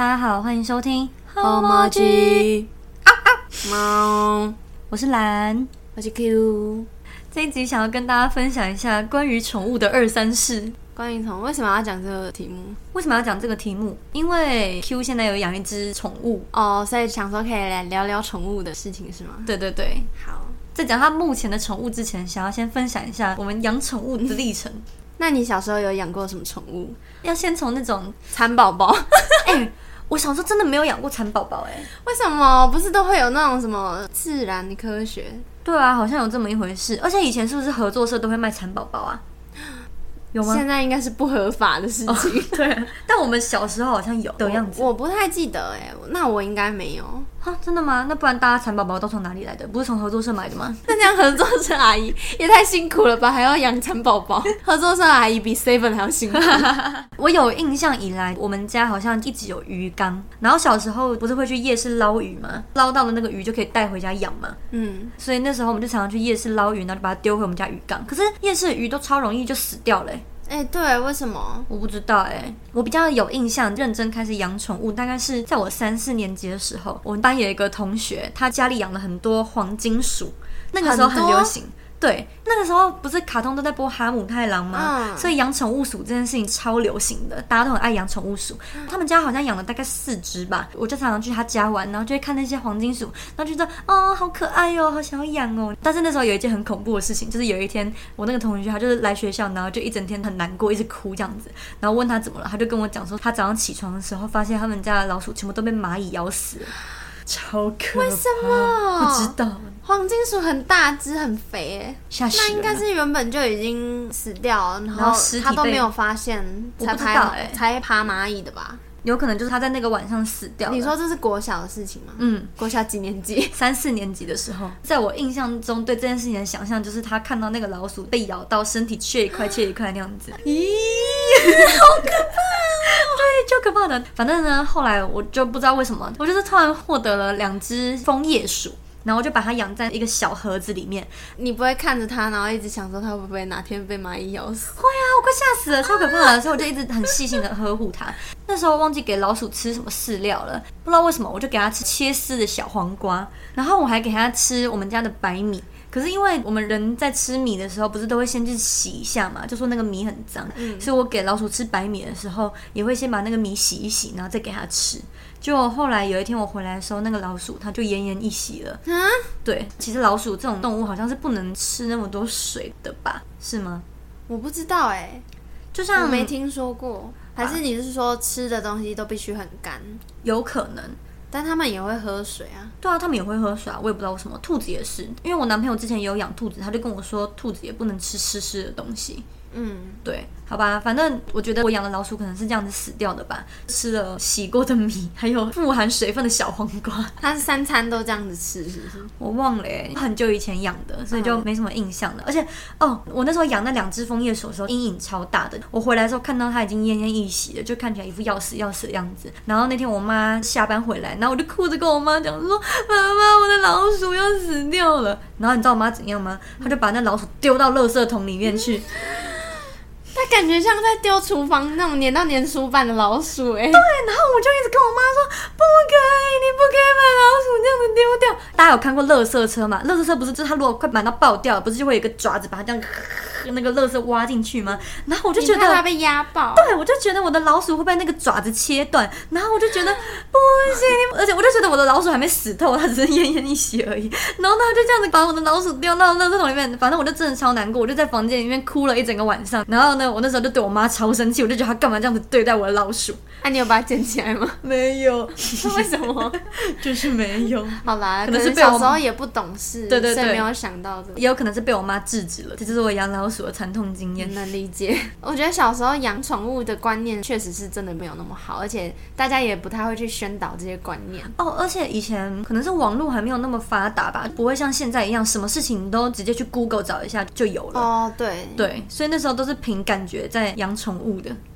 大家好，欢迎收听好麻吉猫， 我是兰， 我是 Q。 这一集想要跟大家分享一下关于宠物的二三事。 关于宠物，为什么要讲这个题目？ 为什么要讲这个题目？因为 Q 现在有养一只宠物哦，所以想说可以来聊聊宠物的事情是吗？ 对对对。 好， 在讲他目前的宠物之前，想要先分享一下我们养宠物的历程。 那你小时候有养过什么宠物？ 要先从那种蚕宝宝。 我小时候真的没有养过蚕宝宝为什么？不是都会有那种什么自然科学？ 对啊，好像有这么一回事。而且以前是不是合作社都会卖蚕宝宝啊？有吗？ 现在应该是不合法的事情。 对，但我们小时候好像有的样子。 我不太记得那我应该没有。 哈，真的吗？那不然大家蚕宝宝都从哪里来的？不是从合作社买的吗？ 那这样合作社阿姨也太辛苦了吧，还要养蚕宝宝。合作社阿姨比 Seven 还要辛苦。 我有印象以来，我们家好像一直有鱼缸，然后小时候不是会去夜市捞鱼吗？捞到的那个鱼就可以带回家养嘛。所以那时候我们就常常去夜市捞鱼，然后就把它丢回我们家鱼缸。可是夜市的鱼都超容易就死掉了对，为什么？ 我不知道我比较有印象，认真开始养宠物，大概是在我3、4年级的时候。我们班有一个同学，他家里养了很多黄金鼠，那个时候很流行。对，那个时候不是卡通都在播哈姆太郎吗？所以养宠物鼠这件事情超流行的，大家都很爱养宠物鼠。他们家好像养了大概4只吧，我就常常去他家玩，然后就会看那些黄金鼠，然后就觉得哦好可爱哦，好想要养哦。但是那时候有一件很恐怖的事情，就是有一天我那个同学他就是来学校，然后就一整天很难过，一直哭这样子，然后问他怎么了，他就跟我讲说他早上起床的时候发现他们家的老鼠全部都被蚂蚁咬死了。超可怕！ 为什么？ 不知道。 黄金鼠很大只很肥那应该是原本就已经死掉了，然后他都没有发现才爬蚂蚁的吧？ 有可能就是他在那个晚上死掉了。 你说这是国小的事情吗？国小几年级 ？3、4年级的时候。在我印象中对这件事情的想象就是他看到那个老鼠被咬到身体切一块那样子。 咦，好可怕对，就可怕的。反正呢，后来我就不知道为什么，我就是突然获得了2只枫叶鼠，然后我就把它养在一个小盒子里面。 你不会看着它，然后一直想说它会不会哪天被蚂蚁咬死？ 会啊，我快吓死了，超可怕的。所以我就一直很细心的呵护它。那时候忘记给老鼠吃什么饲料了，不知道为什么，我就给它吃切丝的小黄瓜，然后我还给它吃我们家的白米。可是因为我们人在吃米的时候，不是都会先去洗一下嘛，就说那个米很脏，所以我给老鼠吃白米的时候，也会先把那个米洗一洗，然后再给它吃。结果后来有一天我回来的时候，那个老鼠它就奄奄一息了。对，其实老鼠这种动物好像是不能吃那么多水的吧？是吗？ 我不知道就像我没听说过，还是你是说吃的东西都必须很干？ 有可能。 但他们也会喝水啊。 对啊，他们也会喝水啊，我也不知道为什么。兔子也是，因为我男朋友之前也有养兔子，他就跟我说兔子也不能吃湿的东西。对，好吧，反正我觉得我养的老鼠可能是这样子死掉的吧，吃了洗过的米，还有富含水分的小黄瓜。 它是3餐都这样子吃，是不是？ 我忘了很久以前养的，所以就没什么印象了。而且我那时候养那2只枫叶鼠的时候，阴影超大的。我回来的时候看到它已经奄奄一息了，就看起来一副要死的样子。然后那天我妈下班回来，然后我就哭着跟我妈讲说：“妈妈，我的老鼠要死掉了。”然后你知道我妈怎样吗？她就把那老鼠丢到垃圾桶里面去。 它感觉像在丢厨房那种粘到粘鼠板的老鼠对， 然后我就一直跟我妈说不可以，你不可以把老鼠这样子丢掉。大家有看过垃圾车吗？垃圾车不是就是它如果快满到爆掉了，不是就会有一个爪子把它这样那个垃圾挖进去吗？然后我就觉得你怕它被压爆。 对，我就觉得我的老鼠会被那个爪子切断，然后我就觉得不行，而且我就觉得我的老鼠还没死透，它只是奄奄一息而已。然后他就这样子把我的老鼠丢到垃圾桶里面，反正我就真的超难过，我就在房间里面哭了一整个晚上。然后呢，我那时候就对我妈超生气，我就觉得她干嘛这样子对待我的老鼠。 你有把它捡起来吗？ 没有。 为什么？ 就是没有。 好啦， 可能是小时候也不懂事， 对， 所以没有想到这个。 也有可能是被我妈制止了，这就是我养老鼠的惨痛经验。 能理解。我觉得小时候养宠物的观念确实是真的没有那么好，而且大家也不太会去宣导这些观念。 而且以前可能是网络还没有那么发达吧，不会像现在一样，什么事情你都直接去 Google 找一下就有了。 对， 所以那时候都是凭感觉在养宠物的。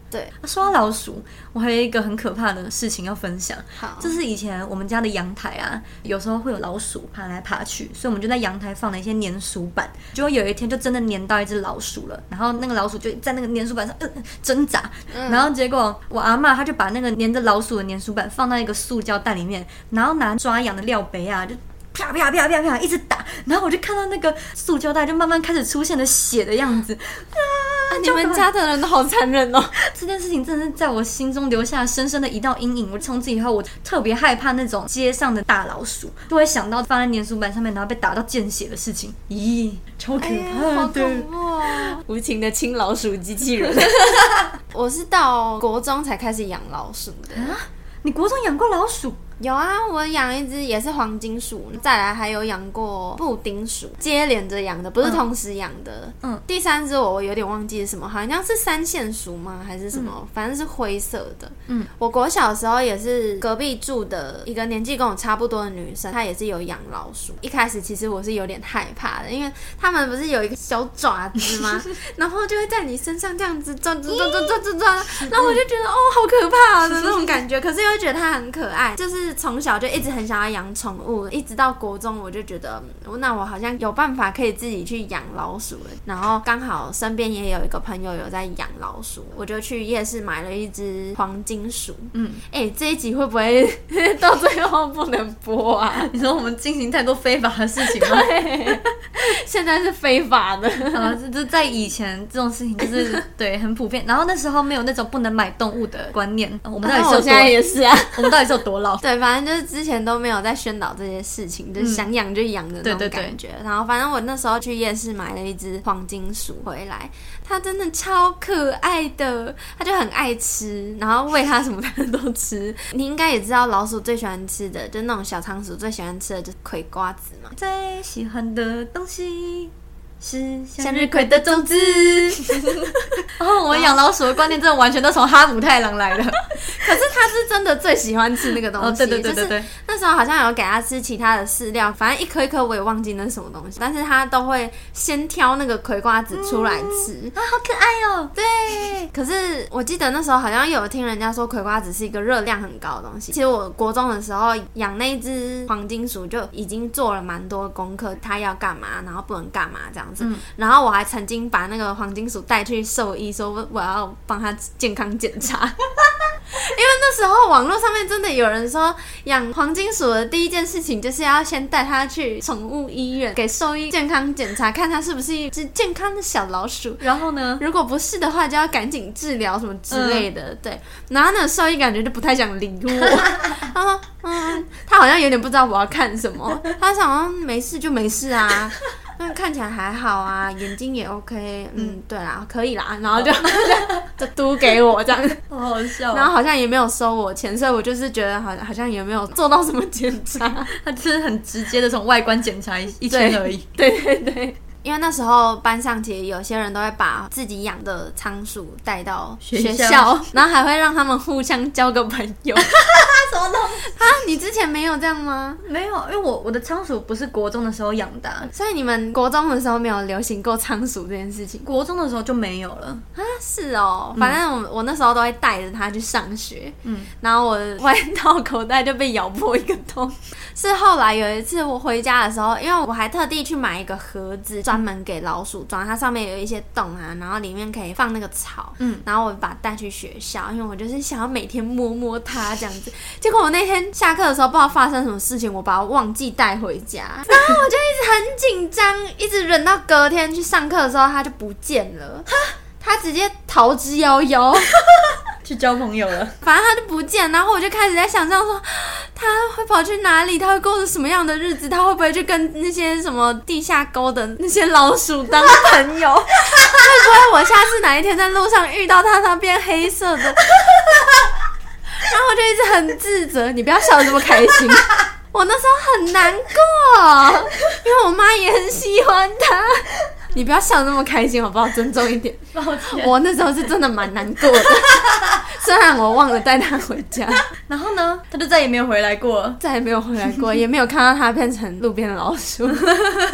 对， 说到老鼠，我还有一个很可怕的事情要分享。 好， 就是以前我们家的阳台啊，有时候会有老鼠爬来爬去，所以我们就在阳台放了一些粘鼠板。结果有一天就真的粘到一只老鼠了，然后那个老鼠就在那个粘鼠板上挣扎，然后结果我阿嬷她就把那个粘着老鼠的粘鼠板放到一个塑胶袋里面，然后拿抓痒的料杯啊，就啪啪啪啪啪一直打，然后我就看到那个塑胶袋就慢慢开始出现了血的样子你们家的人都好残忍哦！ 这件事情真的是在我心中留下深深的一道阴影。我从此以后，我特别害怕那种街上的大老鼠，就会想到放在粘鼠板上面，然后被打到见血的事情。咦，超可怕的！ 好恐怖哦！无情的亲老鼠机器人。我是到国中才开始养老鼠的啊！你国中养过老鼠？ 有啊，我养一只也是黄金鼠，再来还有养过布丁鼠，接连着养的，不是同时养的。第三只我有点忘记是什么，好像是三线鼠吗？还是什么？反正是灰色的。我国小的时候也是隔壁住的一个年纪跟我差不多的女生，她也是有养老鼠。一开始其实我是有点害怕的，因为他们不是有一个小爪子吗？然后就会在你身上这样子转，然后我就觉得好可怕的那种感觉，可是又觉得它很可爱，就是从小就一直很想要养宠物，一直到国中我就觉得那我好像有办法可以自己去养老鼠了。然后刚好身边也有一个朋友有在养老鼠，我就去夜市买了一只黄金鼠。这一集会不会到最后不能播啊？ 你说我们进行太多非法的事情吗？ 对，现在是非法的。 这在以前这种事情就是对很普遍，然后那时候没有那种不能买动物的观念。我们到底是有多现在也是啊， 我们到底是有多老？ 对，反正就是之前都没有在宣导这些事情，就是想养就养的那种感觉。然后反正我那时候去夜市买了一只黄金鼠回来，它真的超可爱的，它就很爱吃，然后喂它什么它都吃。你应该也知道老鼠最喜欢吃的就是那种小仓鼠最喜欢吃的就是葵瓜子嘛。 最喜欢的东西是向日葵的种子。我养老鼠的观念真的完全都从哈姆太郎来的。 可是他是真的最喜欢吃那个东西。 对。 就是那时候好像有给他吃其他的饲料，反正一颗一颗我也忘记那是什么东西，但是他都会先挑那个葵瓜子出来吃。 好可爱哦。 对。可是我记得那时候好像有听人家说葵瓜子是一个热量很高的东西。其实我国中的时候养那只黄金鼠就已经做了蛮多功课，它要干嘛，然后不能干嘛这样子。然后我还曾经把那个黄金鼠带去兽医，说我要帮它健康检查。因为那时候网络上面真的有人说，养黄金鼠的第一件事情就是要先带它去宠物医院给兽医健康检查，看它是不是一只健康的小老鼠。 然后呢， 如果不是的话，就要赶紧治疗什么之类的。对，然后那个兽医感觉就不太想理我。他说他好像有点不知道我要看什么，他想没事就没事啊。看起来还好啊，眼睛也 OK， 对啦，可以啦，然后就嘟给我这样， 好好笑。 然后好像也没有收我钱，所以我就是觉得好像也没有做到什么检查， 他就是很直接的从外观检查一圈而已。 对。因为那时候班上其实有些人都会把自己养的仓鼠带到学校，然后还会让他们互相交个朋友。 什么东西啊？你之前没有这样吗？ 没有，因为我的仓鼠不是国中的时候养的， 所以你们国中的时候没有流行过仓鼠这件事情。 国中的时候就没有了啊？是哦，反正我那时候都会带着它去上学，然后我外套口袋就被咬破一个洞。是后来有一次我回家的时候，因为我还特地去买一个盒子专门给老鼠装，它上面有一些洞啊，然后里面可以放那个草，然后我把它带去学校，因为我就是想要每天摸摸它这样子。结果我那天下课的时候不知道发生什么事情，我把它忘记带回家，然后我就一直很紧张，一直忍到隔天去上课的时候它就不见了，它直接逃之夭夭。 去交朋友了， 反正他就不见，然后我就开始在想象说他会跑去哪里，他会过着什么样的日子，他会不会去跟那些什么地下沟的那些老鼠当朋友，会不会我下次哪一天在路上遇到他，他变黑色的。然后我就一直很自责，你不要笑得这么开心。我那时候很难过，因为我妈也很喜欢他。你不要笑得那么开心好不好？尊重一点。 抱歉， 我那时候是真的蛮难过的，虽然我忘了带他回家。 然后呢，他就再也没有回来过， 再也没有回来过，也没有看到他变成路边的老鼠。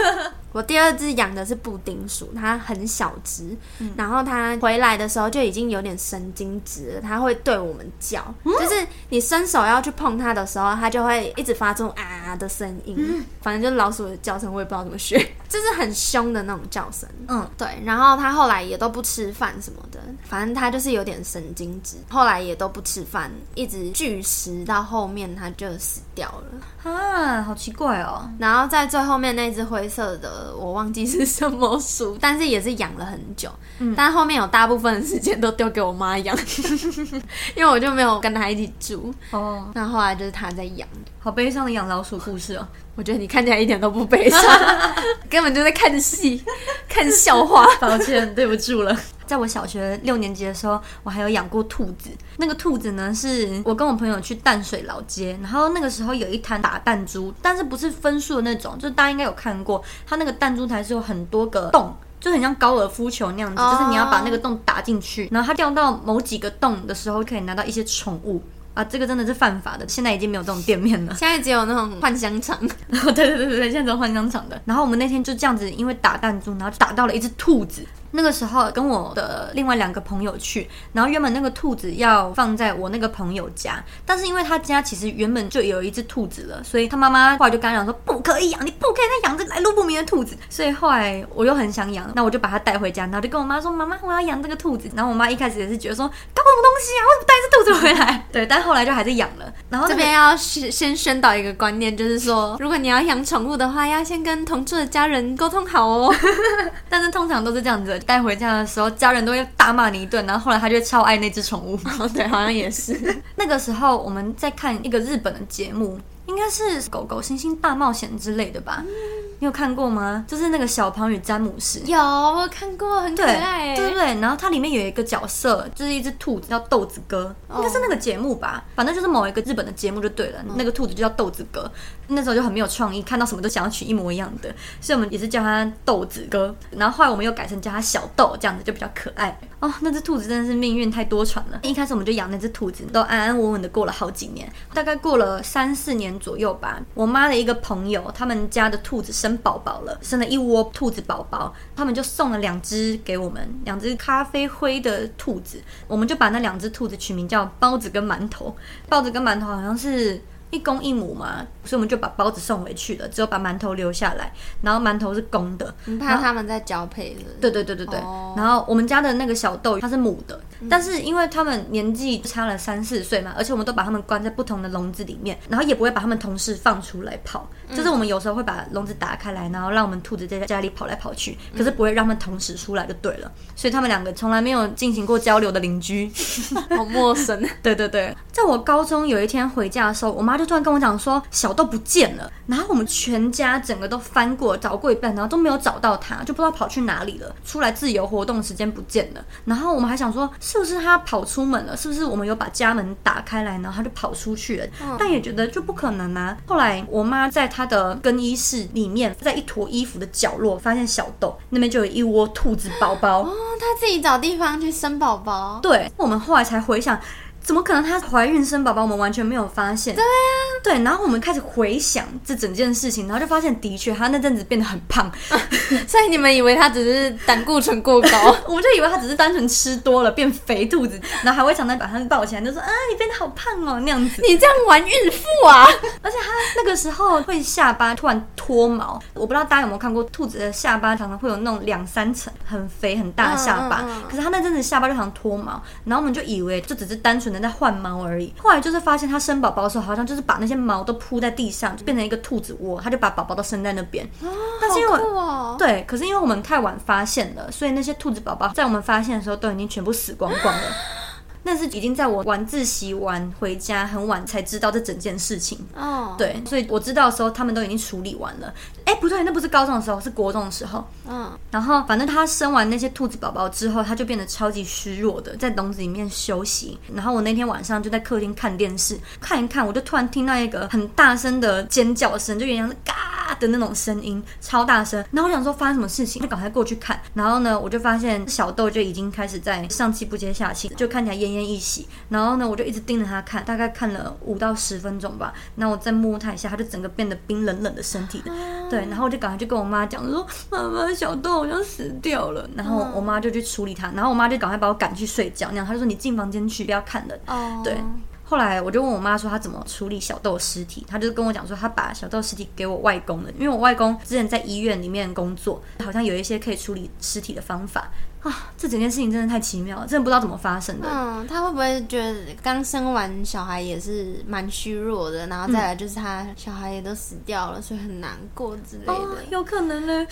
我第二只养的是布丁鼠，它很小只，然后它回来的时候就已经有点神经质了，它会对我们叫，就是你伸手要去碰它的时候，它就会一直发出啊的声音，反正就是老鼠的叫声，我也不知道怎么学，就是很凶的那种叫声。对，然后它后来也都不吃饭什么的，反正它就是有点神经质，后来也都不吃饭，一直拒食到后面它就死掉了啊，好奇怪哦。 然后在最后面那只灰色的我忘记是什么鼠，但是也是养了很久，但后面有大部分的时间都丢给我妈养因为我就没有跟她一起住那后来就是她在养。 好悲伤的养老鼠故事哦。 我觉得你看起来一点都不悲伤根本就在看戏看笑话抱歉，对不住了。在我小学6年级的时候，我还有养过兔子。那个兔子呢，是我跟我朋友去淡水老街，然后那个时候有一摊打弹珠，但是不是分数的那种，就是大家应该有看过，它那个弹珠台是有很多个洞，就很像高尔夫球那样子，就是你要把那个洞打进去，然后它掉到某几个洞的时候，可以拿到一些宠物。啊，这个真的是犯法的，现在已经没有这种店面了， 现在只有那种换香肠对，现在只有换香肠的。然后我们那天就这样子，因为打弹珠，然后打到了一只兔子。那个时候跟我的另外2个朋友去，然后原本那个兔子要放在我那个朋友家，但是因为他家其实原本就有一只兔子了，所以他妈妈后来就跟他讲说不可以养，你不可以再养这来路不明的兔子。所以后来我又很想养，那我就把它带回家，然后就跟我妈说妈妈我要养这个兔子。然后我妈一开始也是觉得说搞什么东西啊，为什么带一只兔子回来对，但后来就还是养了。然后、 这边要先宣导一个观念，就是说如果你要养宠物的话，要先跟同住的家人沟通好哦但是通常都是这样子，带回家的时候家人都会大骂你一顿，然后后来他就会超爱那只宠物对，好像也是那个时候我们在看一个日本的节目，应该是狗狗星星大冒险之类的吧，你有看过吗？就是那个小庞与詹姆士。 有，我看过，很可爱对，然后它里面有一个角色就是一只兔子叫豆子哥，应该是那个节目吧，反正就是某一个日本的节目就对了，那个兔子就叫豆子哥。那时候就很没有创意，看到什么都想要取一模一样的，所以我们也是叫它豆子哥，然后后来我们又改成叫它小豆，这样子就比较可爱哦。那只兔子真的是命运太多舛了，一开始我们就养那只兔子，都安安稳稳的过了好几年，大概过了3-4年左右吧。我妈的一个朋友，他们家的兔子生宝宝了，生了一窝兔子宝宝，他们就送了2只给我们，2只咖啡灰的兔子，我们就把那2只兔子取名叫包子跟馒头。包子跟馒头好像是1公1母嘛，所以我们就把包子送回去了，只有把馒头留下来，然后馒头是公的， 你怕他们在交配的。 对，然后我们家的那个小豆它是母的，但是因为他们年纪差了3-4岁嘛，而且我们都把他们关在不同的笼子里面，然后也不会把他们同时放出来跑，就是我们有时候会把笼子打开来，然后让我们兔子在家里跑来跑去，可是不会让他们同时出来就对了，所以他们2个从来没有进行过交流的邻居好陌生对，在我高中有一天回家的时候，我妈就突然跟我讲说小豆不见了，然后我们全家整个都翻过找过一遍，然后都没有找到它，就不知道跑去哪里了，出来自由活动时间不见了。然后我们还想说是不是它跑出门了，是不是我们有把家门打开来，然后它就跑出去了，但也觉得就不可能啊。后来我妈在她的更衣室里面，在一坨衣服的角落发现小豆那边就有一窝兔子宝宝她自己找地方去生宝宝。 对，我们后来才回想怎么可能她怀孕生宝宝，我们完全没有发现。 对啊， 对，然后我们开始回想这整件事情，然后就发现的确她那阵子变得很胖所以你们以为她只是胆固醇过高我们就以为她只是单纯吃多了变肥兔子，然后还会常常把她抱起来就说啊你变得好胖哦那样子。 你这样玩孕妇啊而且她那个时候会下巴突然脱毛，我不知道大家有没有看过兔子的下巴常常会有那种2-3层很肥很大的下巴，可是她那阵子下巴就常脱毛，然后我们就以为就只是单纯的在换毛而已。后来就是发现她生宝宝的时候好像就是把那些毛都铺在地上，就变成一个兔子窝，她就把宝宝都生在那边但是因为好酷哦。 对，可是因为我们太晚发现了，所以那些兔子宝宝在我们发现的时候都已经全部死光光了那是已经在我晚自习完回家很晚才知道这整件事情对，所以我知道的时候他们都已经处理完了。不对，那不是高中的时候，是国中的时候然后反正他生完那些兔子宝宝之后，他就变得超级虚弱的，在笼子里面休息。然后我那天晚上就在客厅看电视，看一看，我就突然听到一个很大声的尖叫声，就有点像是嘎的那种声音，超大声。然后我想说发生什么事情，就赶快过去看。然后呢，我就发现小豆就已经开始在上气不接下气，就看起来奄奄一息。然后呢，我就一直盯着他看，大概看了5到10分钟吧。然后我再摸他一下，他就整个变得冰冷冷的身体的。对，然后我就赶快就跟我妈讲说，妈妈，小豆好像死掉了。然后我妈就去处理他，然后我妈就赶快把我赶去睡觉，那样她就说你进房间去，不要看人。对。后来我就问我妈说她怎么处理小豆的尸体，她就跟我讲说她把小豆的尸体给我外公了，因为我外公之前在医院里面工作，好像有一些可以处理尸体的方法啊。这整件事情真的太奇妙了，真的不知道怎么发生的。 他会不会觉得刚生完小孩也是蛮虚弱的，然后再来就是他小孩也都死掉了，所以很难过之类的？ 有可能呢。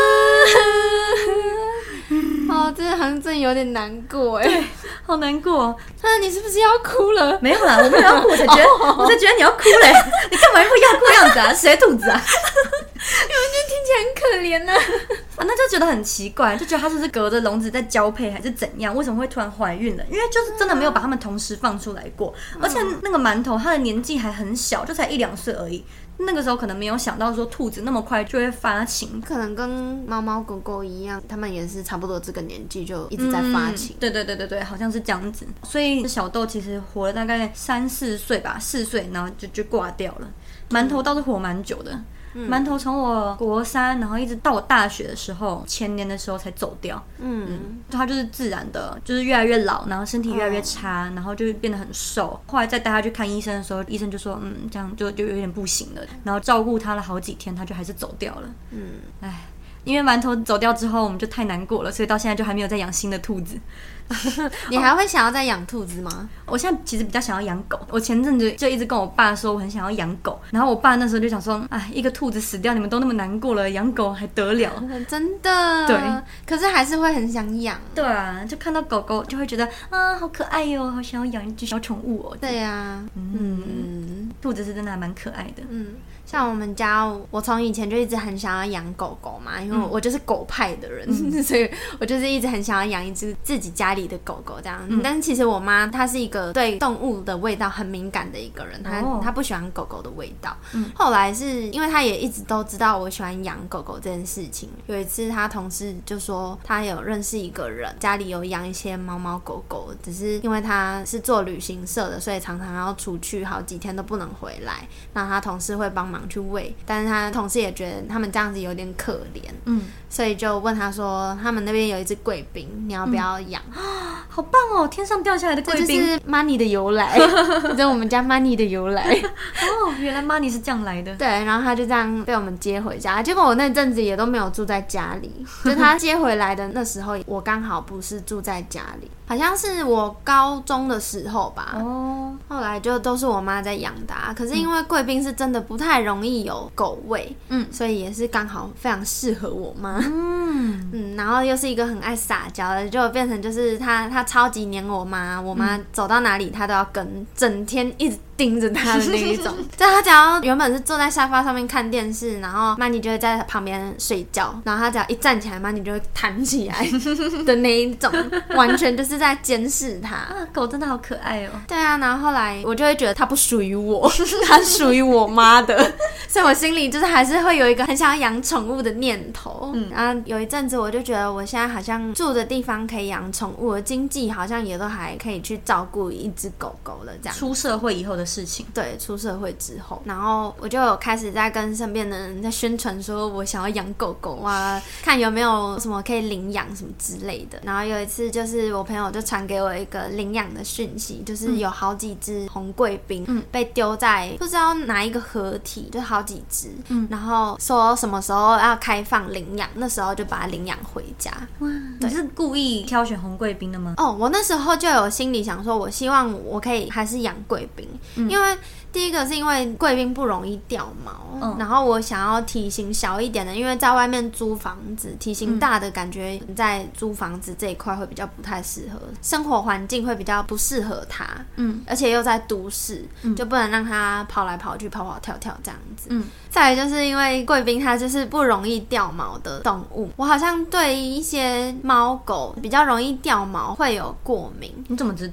这好像真的有点难过哎， 好难过。 你是不是要哭了？ 没有啦，我没有要哭，我才觉得你要哭嘞。你干嘛一副要哭样子啊？谁兔子啊？ 因为就听起来很可怜呢。 那就觉得很奇怪，就觉得他是不是隔着笼子在交配还是怎样？为什么会突然怀孕了？因为就是真的没有把他们同时放出来过，而且那个馒头他的年纪还很小，就才1-2岁而已。那个时候可能没有想到说兔子那么快就会发情， 可能跟猫猫狗狗一样，他们也是差不多这个年纪就一直在发情。 对，好像是这样子。所以小豆其实活了大概3-4岁吧，4岁然后就挂掉了。馒头倒是活蛮久的。馒头从我国3，然后一直到我大学的时候，前年的时候才走掉。他就是自然的，就是越来越老，然后身体越来越差，然后就变得很瘦。后来再带他去看医生的时候，医生就说，这样就有点不行了。然后照顾他了好几天，他就还是走掉了。因为馒头走掉之后，我们就太难过了，所以到现在就还没有再养新的兔子。 你还会想要再养兔子吗？ 我现在其实比较想要养狗。我前阵子就一直跟我爸说我很想要养狗，然后我爸那时候就想说，一个兔子死掉，你们都那么难过了，养狗还得了？ 真的。对。可是还是会很想养。 对啊，就看到狗狗就会觉得好可爱哟，好想要养一只小宠物哦。 对啊。 兔子是真的还蛮可爱的。 像我们家，我从以前就一直很想要养狗狗嘛，因为我就是狗派的人，所以我就是一直很想要养一只自己家里的狗狗这样。但是其实我妈她是一个对动物的味道很敏感的一个人，她不喜欢狗狗的味道。后来是因为她也一直都知道我喜欢养狗狗这件事情。有一次她同事就说她有认识一个人，家里有养一些猫猫狗狗，只是因为她是做旅行社的，所以常常要出去好几天都不能回来，那她同事会帮忙去喂，但是他同事也觉得他们这样子有点可怜，所以就问他说他们那边有一只贵宾，你要不要养？ 好棒哦，天上掉下来的贵宾， 这就是 money 的由来，这是我们家 money 的由来。 原来 money 是这样来的。 对，然后他就这样被我们接回家，结果我那阵子也都没有住在家里，就他接回来的那时候我刚好不是住在家里，好像是我高中的时候吧。后来就都是我妈在养的可是因为贵宾是真的不太容易有狗味，所以也是刚好非常适合我妈。然后又是一个很爱撒娇的，就变成就是他超级黏我妈，我妈走到哪里他都要跟，整天一直盯着他的那一种。就他只要原本是坐在沙发上面看电视，然后曼妮就会在旁边睡觉，然后他只要一站起来，曼妮就会弹起来的那一种，完全就是在监视他。 狗真的好可爱哦。 对啊，然后后来我就会觉得它不属于我，它属于我妈的，所以我心里就是还是会有一个很想要养宠物的念头。然后有一阵子我就觉得我现在好像住的地方可以养宠物，的经济好像也都还可以去照顾一只狗狗了这样。 出社会以后的事情。 对，出社会之后，然后我就有开始在跟身边的人在宣传说我想要养狗狗啊，看有没有什么可以领养什么之类的。然后有一次就是我朋友就传给我一个领养的讯息，就是有好几只红贵宾被丢在不知道哪一个合体，就好几只，然后说什么时候要开放领养，那时候就把它领养回家。 哇，你是故意挑选红贵宾的吗？ 我那时候就有心里想说我希望我可以还是养贵宾，因为第一个是因为贵宾不容易掉毛，然后我想要体型小一点的，因为在外面租房子，体型大的感觉在租房子这一块会比较不太适合，生活环境会比较不适合它，而且又在都市，就不能让它跑来跑去、跑跑跳跳这样子。再来就是因为贵宾它就是不容易掉毛的动物，我好像对一些猫狗比较容易掉毛会有过敏。 你怎么知道？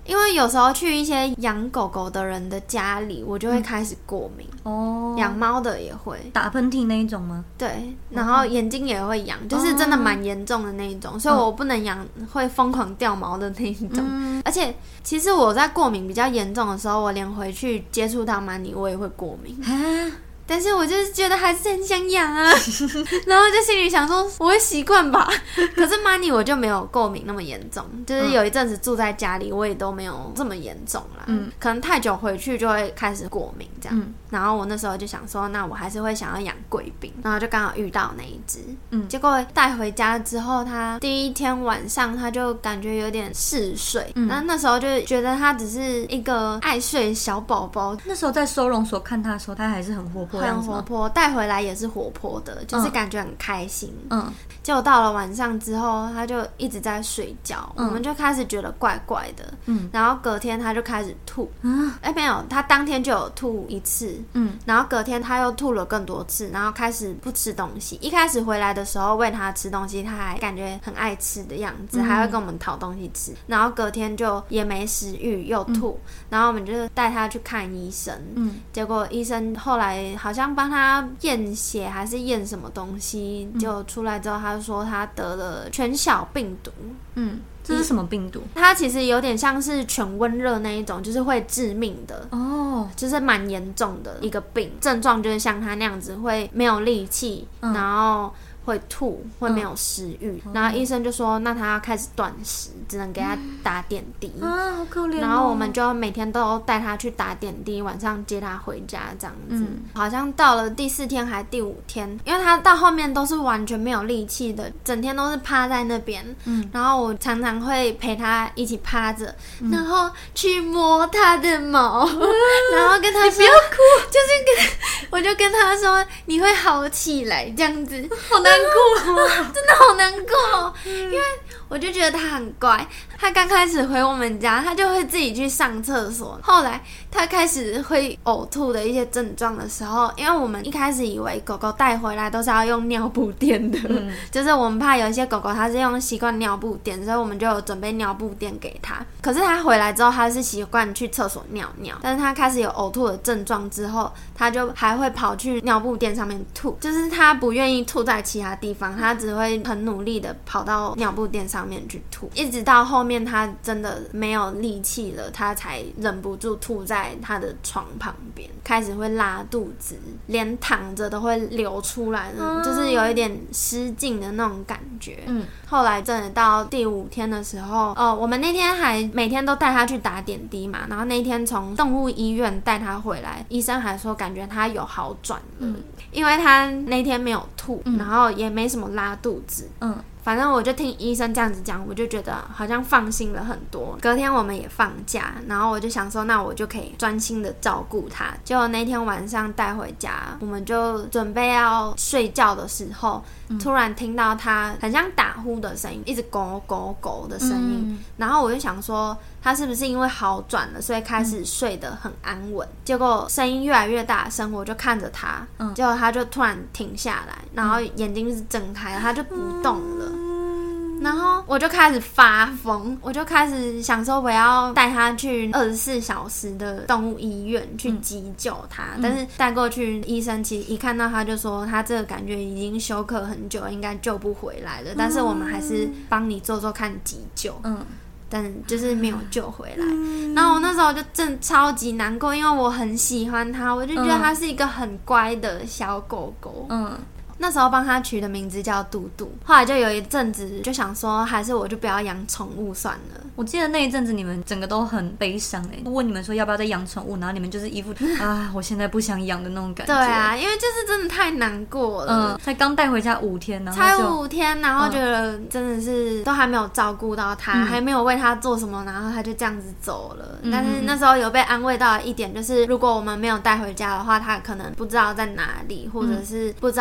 因为有时候去一些养狗狗的人的家里，我就会开始过敏。养猫的也会打喷嚏那一种吗？ 对，然后眼睛也会痒，就是真的蛮严重的那一种，所以我不能养会疯狂掉毛的那一种。而且其实我在过敏比较严重的时候，我连回去接触到曼妮我也会过敏。但是我就是觉得还是很想养啊，然后就心里想说我会习惯吧。可是 Money 我就没有过敏那么严重，就是有一阵子住在家里，我也都没有这么严重啦。可能太久回去就会开始过敏这样。然后我那时候就想说，那我还是会想要养贵宾，然后就刚好遇到那一只。结果带回家之后，它第一天晚上它就感觉有点嗜睡，那时候就觉得它只是一个爱睡的小宝宝。 那时候在收容所看它的时候，它还是很活泼， 很活泼，带回来也是活泼的，就是感觉很开心。结果到了晚上之后，他就一直在睡觉，我们就开始觉得怪怪的。然后隔天他就开始吐。没有，他当天就有吐一次。然后隔天他又吐了更多次，然后开始不吃东西。一开始回来的时候喂他吃东西，他还感觉很爱吃的样子，还会跟我们讨东西吃。然后隔天就也没食欲，又吐。然后我们就带他去看医生。结果医生后来好像帮他验血还是验什么东西，就出来之后他就说他得了犬小病毒。 这是什么病毒？ 它其实有点像是犬瘟热那一种，就是会致命的就是蛮严重的一个病，症状就是像他那样子，会没有力气，然后会吐，会没有食欲。然后医生就说那他要开始断食，只能给他打点滴。 好可怜。 然后我们就每天都带他去打点滴，晚上接他回家这样子。好像到了第4天还第5天，因为他到后面都是完全没有力气的，整天都是趴在那边。然后我常常会陪他一起趴着，然后去摸他的毛，然后跟他说你不要哭，就是我就跟他说你会好起来这样子。 好难过真的好难过因为我就觉得他很乖，他刚开始回我们家他就会自己去上厕所，后来他开始会呕吐的一些症状的时候，因为我们一开始以为狗狗带回来都是要用尿布垫的，就是我们怕有一些狗狗它是用习惯尿布垫，所以我们就有准备尿布垫给他。可是他回来之后他是习惯去厕所尿尿，但是他开始有呕吐的症状之后，他就还会跑去尿布垫上面吐，就是他不愿意吐在其他地方，他只会很努力的跑到尿布垫上面去吐，一直到后面他真的没有力气了，他才忍不住吐在他的床旁边，开始会拉肚子，连躺着都会流出来的，就是有一点失禁的那种感觉。后来真的到第5天的时候，我们那天还每天都带他去打点滴嘛，然后那天从动物医院带他回来，医生还说感觉他有好转了，因为他那天没有吐，然后也没什么拉肚子。反正我就听医生这样子讲，我就觉得好像放心了很多。隔天我们也放假，然后我就想说那我就可以专心的照顾他。结果那天晚上带回家，我们就准备要睡觉的时候，突然听到他很像打呼的声音，一直狗狗狗的声音。然后我就想说他是不是因为好转了，所以开始睡得很安稳。结果声音越来越大声，我就看着他，结果他就突然停下来，然后眼睛是睁开，他就不动了。然后我就开始发疯，我就开始想说我要带他去24小时的动物医院去急救他。但是带过去，医生其实一看到他就说他这个感觉已经休克很久，应该救不回来了，但是我们还是帮你做做看急救。但就是没有救回来。然后我那时候就真的超级难过，因为我很喜欢他，我就觉得他是一个很乖的小狗狗。那时候帮他取的名字叫嘟嘟，后来就有一阵子就想说还是我就不要养宠物算了。 我记得那一阵子你们整个都很悲伤问你们说要不要再养宠物，然后你们就是一副我现在不想养的那种感觉。 对啊，因为就是真的太难过了。 才刚带回家5天，然后才5天，然后觉得真的是都还没有照顾到他，还没有为他做什么，然后他就这样子走了。但是那时候有被安慰到一点，就是如果我们没有带回家的话，他可能不知道在哪里，或者是不知道过得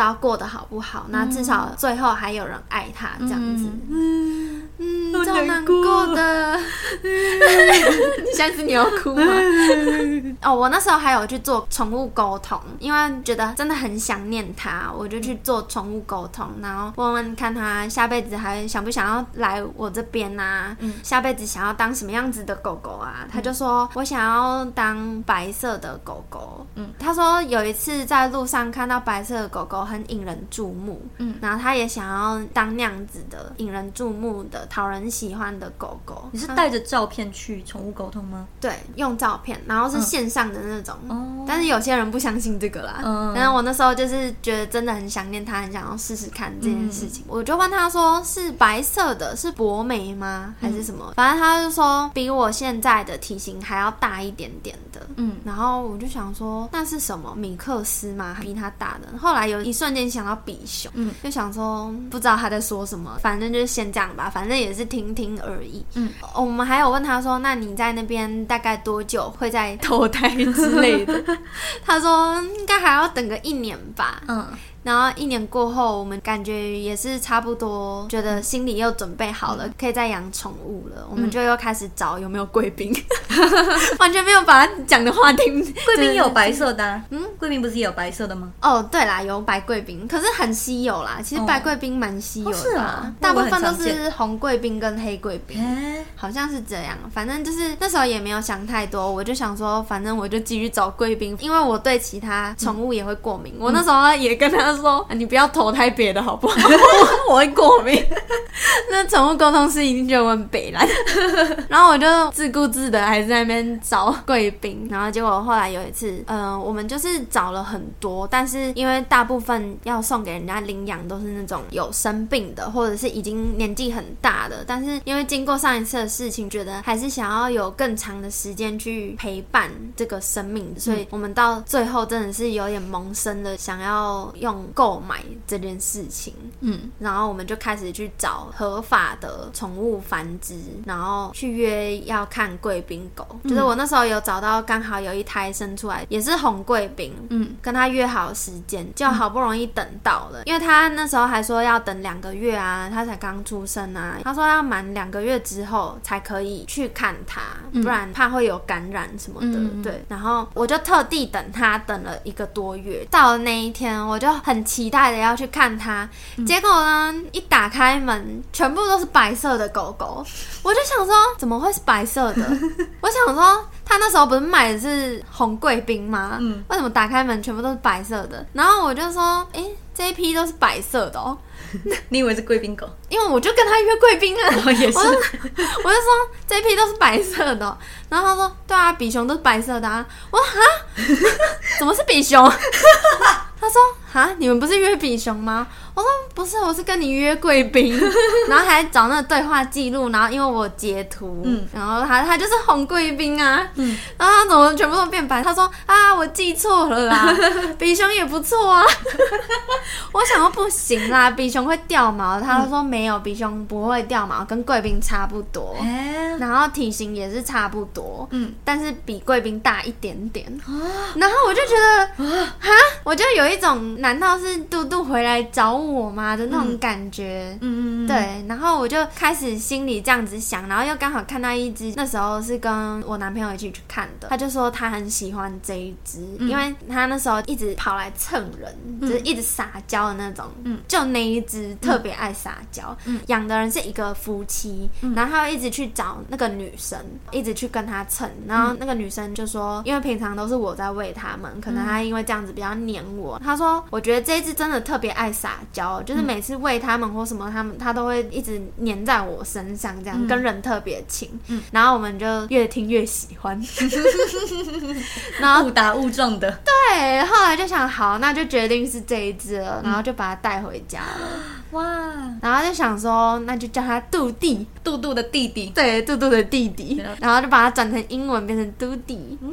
得好不好，那至少最后还有人爱他这样子。超难过的。下次你要哭吗？我那时候还有去做宠物沟通，因为觉得真的很想念他，我就去做宠物沟通，然后问问看他下辈子还想不想要来我这边啊，下辈子想要当什么样子的狗狗啊。他就说我想要当白色的狗狗。他说有一次在路上看到白色的狗狗很引人注目，然后他也想要当那样子的引人注目的讨人喜欢的狗狗。 你是带着照片去宠物沟通吗？ 对，用照片，然后是线上的那种。但是有些人不相信这个啦。但是我那时候就是觉得真的很想念他，很想要试试看这件事情。我就问他说是白色的，是博美吗？还是什么？反正他就说比我现在的体型还要大一点点的。然后我就想说那是什么？米克斯吗？比他大的。后来有一瞬间想到比熊，就想说不知道他在说什么，反正就是先这样吧，反正也是听听而已。我们还有问他说那你在那边大概多久会再投胎之类的？他说应该还要等个1年吧。然后1年过后，我们感觉也是差不多，觉得心里又准备好了，可以再养宠物了。我们就又开始找有没有贵宾，完全没有把他讲的话听。 贵宾也有白色的贵宾不是也有白色的吗？ 对啦，有白贵宾，可是很稀有啦。其实白贵宾蛮稀有的， 是吗？ 大部分都是红贵宾跟黑贵宾，好像是这样。反正就是那时候也没有想太多，我就想说，反正我就继续找贵宾，因为我对其他宠物也会过敏。我那时候也跟他说，你不要投胎别的好不好？我会过敏。那宠物沟通师一定就问北兰，然后我就自顾自的还在那边找贵宾，然后结果后来有一次，我们就是找了很多，但是因为大部分要送给人家领养都是那种有生病的，或者是已经年纪很大的，但是因为经过上一次的事情，觉得还是想要有更长的时间去陪伴这个生命，所以我们到最后真的是有点萌生的想要用购买这件事情。然后我们就开始去找合法的宠物繁殖，然后去约要看贵宾狗。就是我那时候有找到刚好有一胎生出来，也是红贵宾，跟他约好时间，就好不容易等到了。因为他那时候还说要等2个月啊，他才刚出生啊，他说要满2个月之后才可以去看他，不然怕会有感染什么的。对，然后我就特地等他，等了1个多月，到了那一天我就很期待的要去看他，结果呢一打开门全部都是白色的狗狗，我就想说怎么会是白色的？我想说他那时候不是买的是红贵宾吗？为什么打开门全部都是白色的？然后我就说这一批都是白色的哦。 你以为是贵宾狗？ 因为我就跟他约贵宾啊。 也是。 我就说这一批都是白色的哦。然后他说对啊，比熊都是白色的啊。我说怎么是比熊？他说你们不是约比熊吗？我说不是，我是跟你约贵宾。然后还找那个对话记录，然后因为我截图，然后他就是红贵宾啊。然后他怎么全部都变白？他说我记错了啦，比熊也不错啊。我想说不行啦，比熊会掉毛。他说没有，比熊不会掉毛，跟贵宾差不多。然后体型也是差不多，但是比贵宾大一点点。然后我就觉得我就有一种难道是嘟嘟回来找我吗的那种感觉。对，然后我就开始心里这样子想，然后又刚好看到一只，那时候是跟我男朋友一起去看的，他就说他很喜欢这一只，因为他那时候一直跑来蹭人，就是一直撒娇的那种。就那一只特别爱撒娇。养的人是一个夫妻，然后他一直去找那个女生，一直去跟他蹭，然后那个女生就说因为平常都是我在喂他们，可能他因为这样子比较黏我。他说我觉得这一只真的特别爱撒娇，就是每次喂他们或什么他都会一直黏在我身上，这样跟人特别亲。然后我们就越听越喜欢。然后误打误撞的。 对，后来就想好，那就决定是这一只了，然后就把它带回家了。 哇！ 然后就想说那就叫他杜弟， 杜杜的弟弟。 对，杜杜的弟弟。然后就把它转成英文变成杜弟。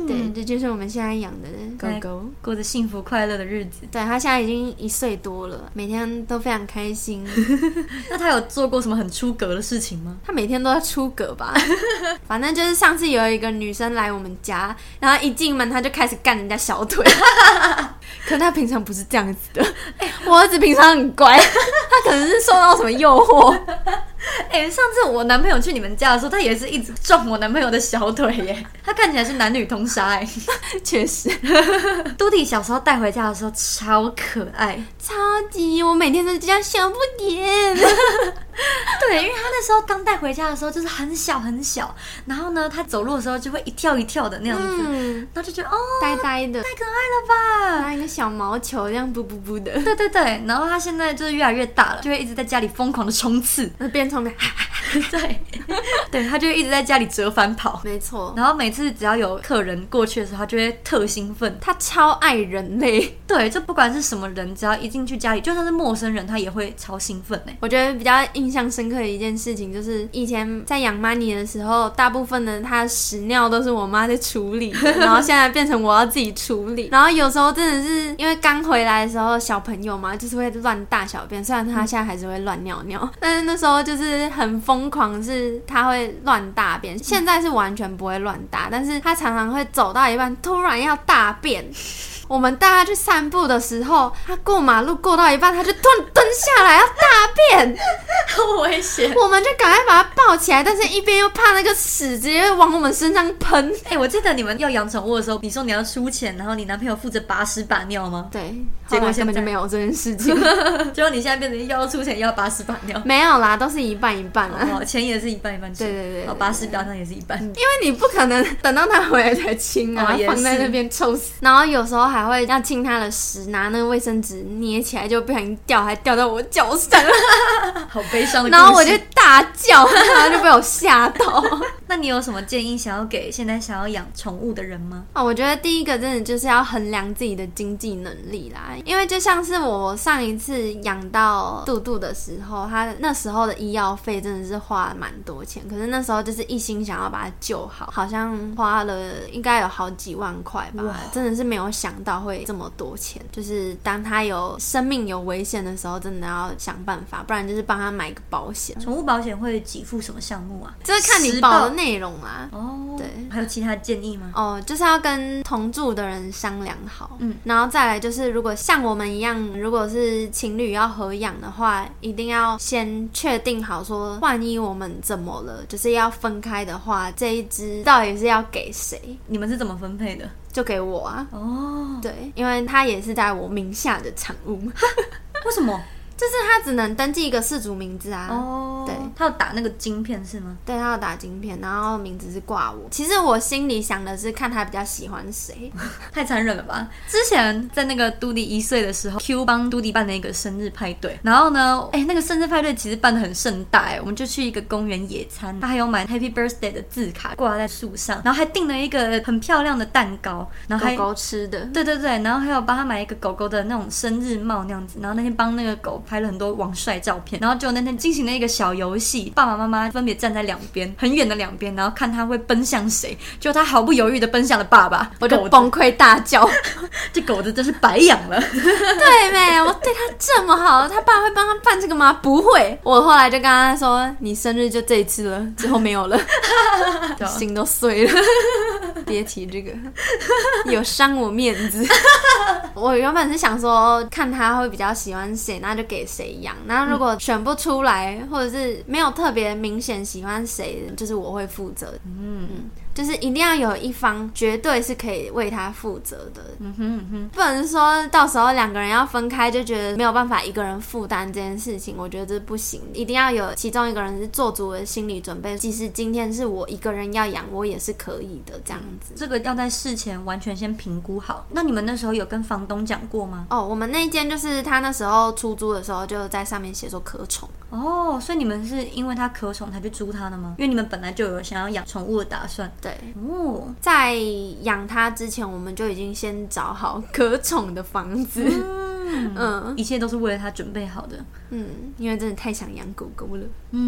对，这就是我们现在养的狗狗， 过着幸福快乐的日子。 对，它现在已经1岁多了，每天都非常开心。 那它有做过什么很出格的事情吗？ 它每天都在出格吧。反正就是上次有一个女生来我们家，然后一进门它就开始干人家小腿。可它平常不是这样子的。我儿子平常很乖，他可能是受到什么诱惑。 上次我男朋友去你们家的时候，他也是一直撞我男朋友的小腿耶。他看起来是男女通杀耶。 确实。 嘟迪小时候带回家的时候超可爱， 超级，我每天都叫小不点。 对，因为他那时候刚带回家的时候就是很小很小，然后呢他走路的时候就会一跳一跳的那样子，然后就觉得呆呆的， 太可爱了吧， 拿一个小毛球这样噗噗噗的。 对对对，然后他现在就是越来越大了，就会一直在家里疯狂的冲刺， 边冲边对对，他就会一直在家里折返跑， 没错。 然后每次只要有客人过去的时候，他就会特兴奋， 他超爱人类。 对，就不管是什么人，只要一进去家里，就算是陌生人，他也会超兴奋耶。 我觉得比较印象深刻的一件事情就是以前在养玛尼的时候，大部分的他的屎尿都是我妈在处理的，然后现在变成我要自己处理。然后有时候真的是因为刚回来的时候小朋友嘛，就是会乱大小便，虽然他现在还是会乱尿尿，但是那时候就是很疯狂，是他会乱大便。现在是完全不会乱大，但是他常常会走到一半突然要大便。我们带他去散步的时候，他过马路过到一半，他就突然蹲下来要大便， 好危险！ 我们就赶快把他抱起来，但是一边又怕那个屎直接往我们身上喷。 我记得你们要养宠物的时候，你说你要出钱，然后你男朋友负责把屎把尿吗？ 对， 结果根本就没有这件事情。 结果你现在变成又要出钱又要把屎把尿？ 没有啦，都是一半一半啊。 钱也是一半一半钱。 对对对， 把屎把尿也是一半。 因为你不可能等到他回来才清啊，放在那边臭死。然后有时候还会要清他的屎，拿那个卫生纸捏起来，就不小心掉，还掉到我脚上。 好悲伤的故事。 然后我就大叫，然后就被我吓到。 那你有什么建议想要给现在想要养宠物的人吗？ 我觉得第一个真的就是要衡量自己的经济能力啦，因为就像是我上一次养到杜杜的时候，他那时候的医药费真的是花了蛮多钱，可是那时候就是一心想要把它救好，好像花了应该有好几万块吧，真的是没有想到会这么多钱。就是当他有生命有危险的时候，真的要想办法，不然就是帮他买个保险。 宠物保险会给付什么项目啊？ 这是看你保的内容啦。对， 还有其他建议吗？ 就是要跟同住的人商量好。然后再来就是如果像我们一样，如果是情侣要合养的话，一定要先确定好说，万一我们怎么了，就是要分开的话，这一只到底是要给谁？ 你们是怎么分配的？ 就给我啊。对，因为它也是在我名下的产物。 为什么？ 就是他只能登记一个饲主名字啊。对， 他有打那个晶片是吗？ 对，他有打晶片，然后名字是挂我。其实我心里想的是看他比较喜欢谁。 太残忍了吧！之前在那个嘟迪1岁的时候 ，Q 帮嘟迪办了一个生日派对，然后呢，那个生日派对其实办得很盛大，我们就去一个公园野餐，他还有买 Happy Birthday 的字卡挂在树上，然后还订了一个很漂亮的蛋糕，然后还狗狗吃的。 对对对，然后还有帮他买一个狗狗的那种生日帽那样子，然后那天帮那个狗拍了很多网帅照片，然后就那天进行了一个小游戏，爸爸妈妈分别站在两边，很远的两边，然后看他会奔向谁，就他毫不犹豫的奔向了爸爸， 我就崩溃大叫。 这狗子真是白养了。 对妹，我对他这么好，他爸会帮他办这个吗？不会。我后来就跟他说，你生日就这一次了，之后没有了。心都碎了。别提这个，有伤我面子。我原本是想说看他会比较喜欢谁，那就给谁养，然后如果选不出来，或者是没有特别明显喜欢谁，就是我会负责。就是一定要有一方绝对是可以为他负责的。不能说到时候两个人要分开就觉得没有办法一个人负担这件事情，我觉得这不行。一定要有其中一个人是做足了心理准备，即使今天是我一个人要养，我也是可以的这样子。 这个要在事前完全先评估好。那你们那时候有跟房东讲过吗？ 我们那间就是他那时候出租的时候就在上面写说可宠。 所以你们是因为他可宠才去租他的吗？因为你们本来就有想要养宠物的打算。 对。在养它之前我们就已经先找好可宠的房子。一切都是为了他准备好的。 因为真的太想养狗狗了。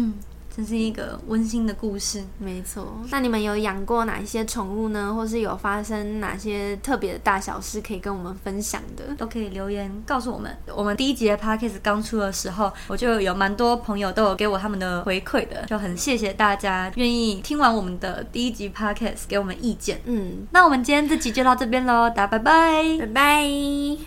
真是一个温馨的故事。 没错，那你们有养过哪些宠物呢？或是有发生哪些特别的大小事可以跟我们分享的？ 都可以留言告诉我们。我们第一集的 podcast 刚出的时候，我就有蛮多朋友都有给我他们的回馈的，就很谢谢大家愿意听完我们的第一集 podcast 给我们意见。那我们今天这集就到这边咯，大家拜拜， 拜拜。